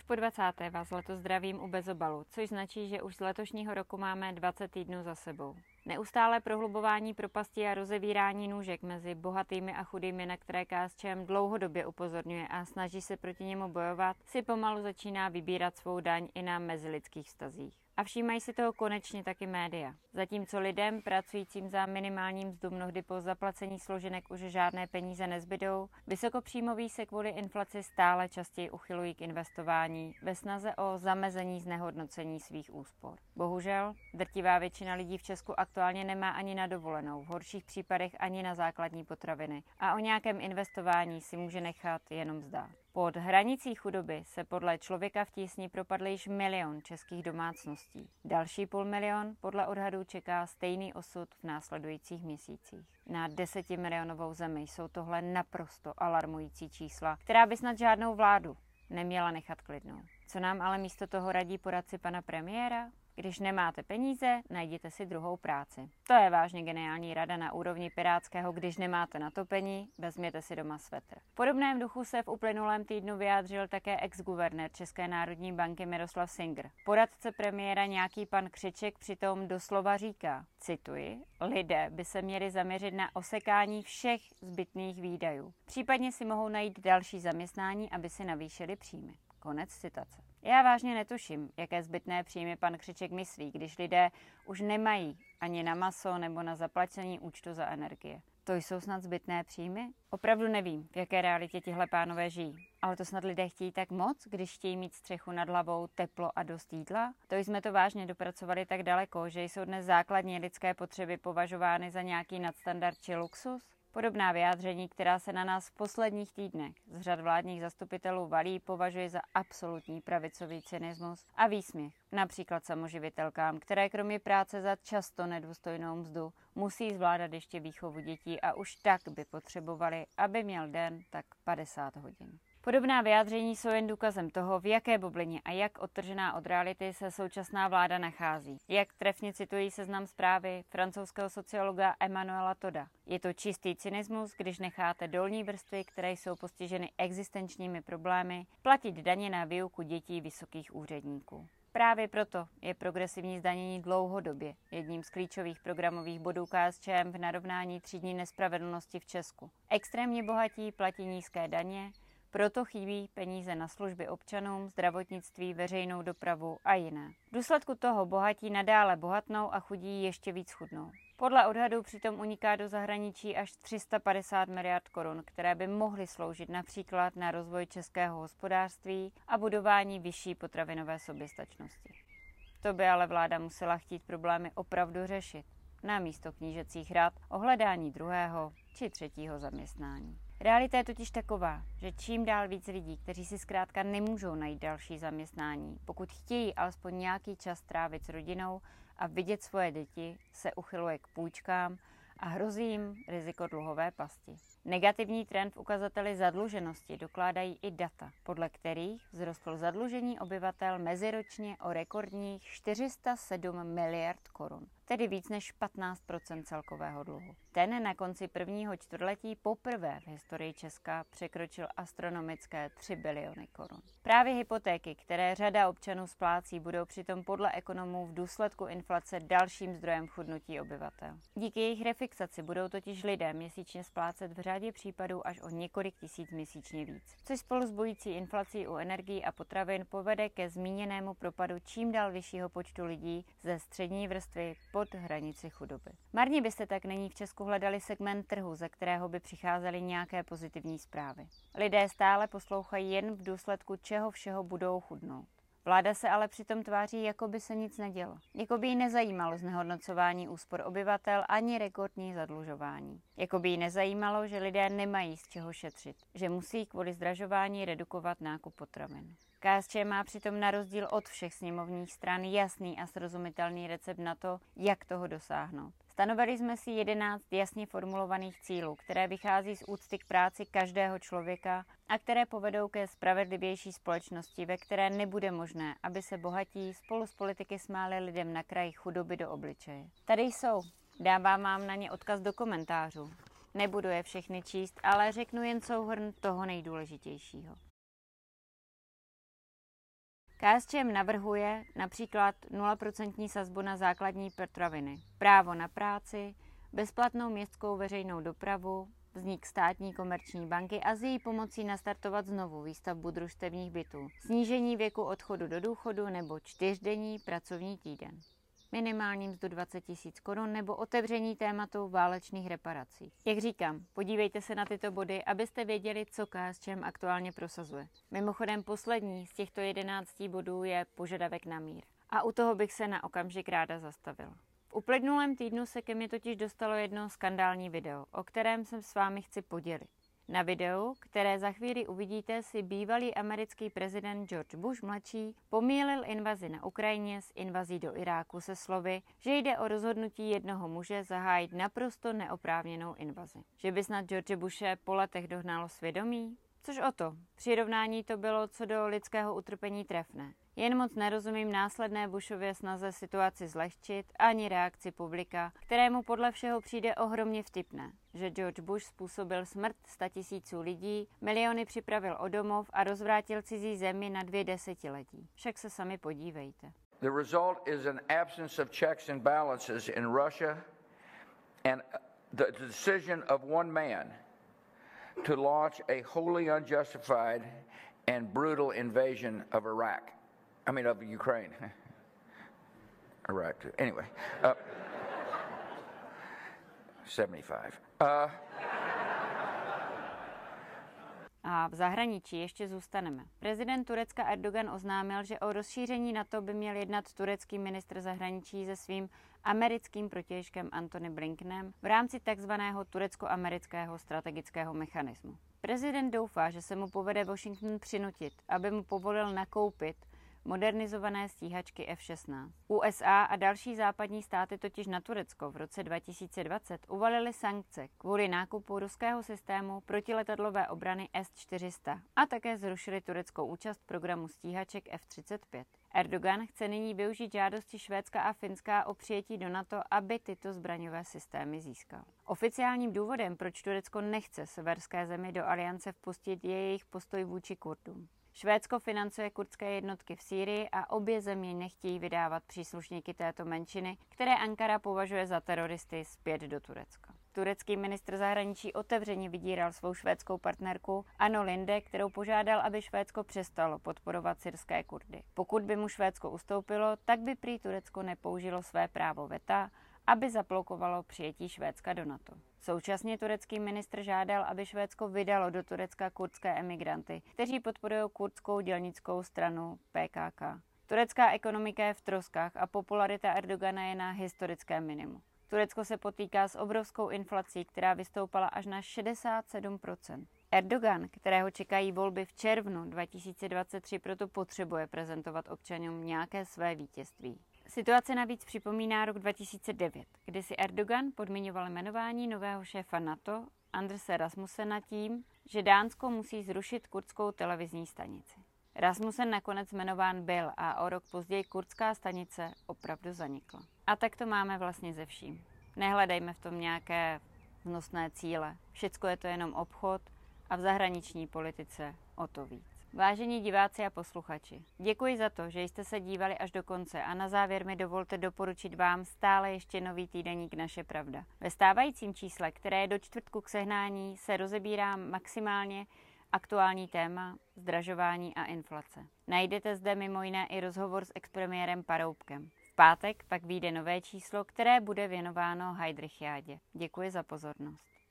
po 20. vás letos zdravím u Bezobalu, což značí, že už z letošního roku máme 20 týdnů za sebou. Neustále prohlubování propasti a rozevírání nůžek mezi bohatými a chudými, na které KSČM dlouhodobě upozorňuje a snaží se proti němu bojovat, si pomalu začíná vybírat svou daň i na mezilidských vztazích. A všímají si toho konečně taky média. Zatímco lidem, pracujícím za minimální mzdu, mnohdy po zaplacení složenek už žádné peníze nezbydou, vysokopříjmoví se kvůli inflaci stále častěji uchylují k investování ve snaze o zamezení znehodnocení svých úspor. Bohužel, drtivá většina lidí v Česku aktuálně nemá ani na dovolenou, v horších případech ani na základní potraviny a o nějakém investování si může nechat jenom zdát. Pod hranicí chudoby se podle Člověka v tísni propadl již 1 milion českých domácností. Další 500 000 podle odhadů čeká stejný osud v následujících měsících. Na 10milionovou zemi jsou tohle naprosto alarmující čísla, která by snad žádnou vládu neměla nechat klidnou. Co nám ale místo toho radí poradci pana premiéra? Když nemáte peníze, najděte si druhou práci. To je vážně geniální rada na úrovni pirátského, když nemáte na topení, vezměte si doma svetr. V podobném duchu se v uplynulém týdnu vyjádřil také ex-guvernér České národní banky Miroslav Singer. Poradce premiéra nějaký pan Křeček přitom doslova říká, cituji, lidé by se měli zaměřit na osekání všech zbytných výdajů. Případně si mohou najít další zaměstnání, aby si navýšili příjmy. Konec citace. Já vážně netuším, jaké zbytné příjmy pan Křeček myslí, když lidé už nemají ani na maso nebo na zaplacení účtu za energie. To jsou snad zbytné příjmy? Opravdu nevím, v jaké realitě tihle pánové žijí. Ale to snad lidé chtějí tak moc, když chtějí mít střechu nad hlavou, teplo a dost jídla? To jsme to vážně dopracovali tak daleko, že jsou dnes základní lidské potřeby považovány za nějaký nadstandard či luxus? Podobná vyjádření, která se na nás v posledních týdnech z řad vládních zastupitelů valí, považuji za absolutní pravicový cynismus a výsměch. Například samoživitelkám, které kromě práce za často nedůstojnou mzdu musí zvládat ještě výchovu dětí a už tak by potřebovali, aby měl den tak 50 hodin. Podobná vyjádření jsou jen důkazem toho, v jaké bublině a jak odtržená od reality se současná vláda nachází. Jak trefně citují Seznam Zprávy francouzského sociologa Emmanuela Toda. Je to čistý cynismus, když necháte dolní vrstvy, které jsou postiženy existenčními problémy, platit daně na výuku dětí vysokých úředníků. Právě proto je progresivní zdanění dlouhodobě jedním z klíčových programových bodů KSČM v narovnání třídní nespravedlnosti v Česku. Extrémně bohatí platí nízké daně, proto chybí peníze na služby občanům, zdravotnictví, veřejnou dopravu a jiné. V důsledku toho bohatí nadále bohatnou a chudí ještě víc chudnou. Podle odhadů přitom uniká do zahraničí až 350 miliard korun, které by mohly sloužit například na rozvoj českého hospodářství a budování vyšší potravinové soběstačnosti. To by ale vláda musela chtít problémy opravdu řešit, namísto knížecích rad o hledání druhého či třetího zaměstnání. Realita je totiž taková, že čím dál víc lidí, kteří si zkrátka nemůžou najít další zaměstnání, pokud chtějí alespoň nějaký čas trávit s rodinou a vidět svoje děti, se uchyluje k půjčkám a hrozí jim riziko dluhové pasti. Negativní trend v ukazateli zadluženosti dokládají i data, podle kterých vzrostlo zadlužení obyvatel meziročně o rekordních 407 miliard korun, tedy víc než 15% celkového dluhu. Ten na konci prvního čtvrtletí poprvé v historii Česka překročil astronomické 3 biliony korun. Právě hypotéky, které řada občanů splácí, budou přitom podle ekonomů v důsledku inflace dalším zdrojem chudnutí obyvatel. Díky jejich refixaci budou totiž lidé měsíčně splácet v řadě případů až o několik tisíc měsíčně víc, což spolu s bojící inflací u energií a potravin povede ke zmíněnému propadu čím dál vyššího počtu lidí ze střední vrstvy pod hranici chudoby. Marně byste tak nyní v Česku hledali segment trhu, ze kterého by přicházely nějaké pozitivní zprávy. Lidé stále poslouchají jen v důsledku čeho všeho budou chudnout. Vláda se ale přitom tváří, jako by se nic nedělo. Jako by jí nezajímalo znehodnocování úspor obyvatel ani rekordní zadlužování. Jako by jí nezajímalo, že lidé nemají z čeho šetřit, že musí kvůli zdražování redukovat nákup potravin. KSČM má přitom na rozdíl od všech sněmovních stran jasný a srozumitelný recept na to, jak toho dosáhnout. Stanovili jsme si 11 jasně formulovaných cílů, které vychází z úcty k práci každého člověka a které povedou ke spravedlivější společnosti, ve které nebude možné, aby se bohatí spolu s politiky smáli lidem na kraji chudoby do obličeje. Tady jsou. Dávám vám na ně odkaz do komentářů. Nebudu je všechny číst, ale řeknu jen souhrn toho nejdůležitějšího. KSČM navrhuje například 0% sazbu na základní potraviny, právo na práci, bezplatnou městskou veřejnou dopravu, vznik státní komerční banky a s její pomocí nastartovat znovu výstavbu družstevních bytů, snížení věku odchodu do důchodu nebo 4denní pracovní týden, minimální mzdu 20 000 korun nebo otevření tématu válečných reparací. Jak říkám, podívejte se na tyto body, abyste věděli, co KSČM aktuálně prosazuje. Mimochodem poslední z těchto 11 bodů je požadavek na mír. A u toho bych se na okamžik ráda zastavila. V uplynulém týdnu se ke mně totiž dostalo jedno skandální video, o kterém se s vámi chci podělit. Na videu, které za chvíli uvidíte, si bývalý americký prezident George Bush mladší pomýlil invazi na Ukrajině s invazí do Iráku se slovy, že jde o rozhodnutí jednoho muže zahájit naprosto neoprávněnou invazi. Že by snad George Bushe po letech dohnalo svědomí? Což o to, přirovnání to bylo co do lidského utrpení trefné. Jen moc nerozumím následné Bushově snaze situaci zlehčit ani reakci publika, kterému podle všeho přijde ohromně vtipné, že George Bush způsobil smrt 100 000 lidí, miliony připravil o domov a rozvrátil cizí zemi na 2 desetiletí. Však se sami podívejte. The result is an absence of checks and balances in Russia and the decision of one man to launch a wholly unjustified and brutal invasion of of Ukraine. Iraq, too. Anyway, 75. A v zahraničí ještě zůstaneme. Prezident Turecka Erdogan oznámil, že o rozšíření NATO by měl jednat turecký ministr zahraničí se svým americkým protějškem Antony Blinkenem v rámci takzvaného turecko-amerického strategického mechanismu. Prezident doufá, že se mu povede Washington přinutit, aby mu povolil nakoupit modernizované stíhačky F-16. USA a další západní státy totiž na Turecko v roce 2020 uvalily sankce kvůli nákupu ruského systému protiletadlové obrany S-400 a také zrušili tureckou účast programu stíhaček F-35. Erdogan chce nyní využít žádosti Švédska a Finska o přijetí do NATO, aby tyto zbraňové systémy získal. Oficiálním důvodem, proč Turecko nechce severské zemi do aliance vpustit, je jejich postoj vůči Kurdům. Švédsko financuje kurdské jednotky v Sýrii a obě země nechtějí vydávat příslušníky této menšiny, které Ankara považuje za teroristy, zpět do Turecka. Turecký ministr zahraničí otevřeně vydíral svou švédskou partnerku Annu Linde, kterou požádal, aby Švédsko přestalo podporovat syrské Kurdy. Pokud by mu Švédsko ustoupilo, tak by prý Turecko nepoužilo své právo veta, aby zablokovalo přijetí Švédska do NATO. Současně turecký ministr žádal, aby Švédsko vydalo do Turecka kurdské emigranty, kteří podporují kurdskou dělnickou stranu PKK. Turecká ekonomika je v troskách a popularita Erdogana je na historickém minimu. Turecko se potýká s obrovskou inflací, která vystoupala až na 67%. Erdogan, kterého čekají volby v červnu 2023, proto potřebuje prezentovat občanům nějaké své vítězství. Situace navíc připomíná rok 2009, kdy si Erdogan podmiňoval jmenování nového šéfa NATO Anderse Rasmussena tím, že Dánsko musí zrušit kurdskou televizní stanici. Rasmussen nakonec jmenován byl a o rok později kurdská stanice opravdu zanikla. A tak to máme vlastně ze vším. Nehledejme v tom nějaké vznosné cíle. Všecko je to jenom obchod a v zahraniční politice o to víc. Vážení diváci a posluchači, děkuji za to, že jste se dívali až do konce a na závěr mi dovolte doporučit vám stále ještě nový týdeník Naše pravda. Ve stávajícím čísle, které je do čtvrtku k sehnání, se rozebírá maximálně aktuální téma zdražování a inflace. Najdete zde mimo jiné i rozhovor s expremiérem Paroubkem. V pátek pak vyjde nové číslo, které bude věnováno Heydrichiádě. Děkuji za pozornost.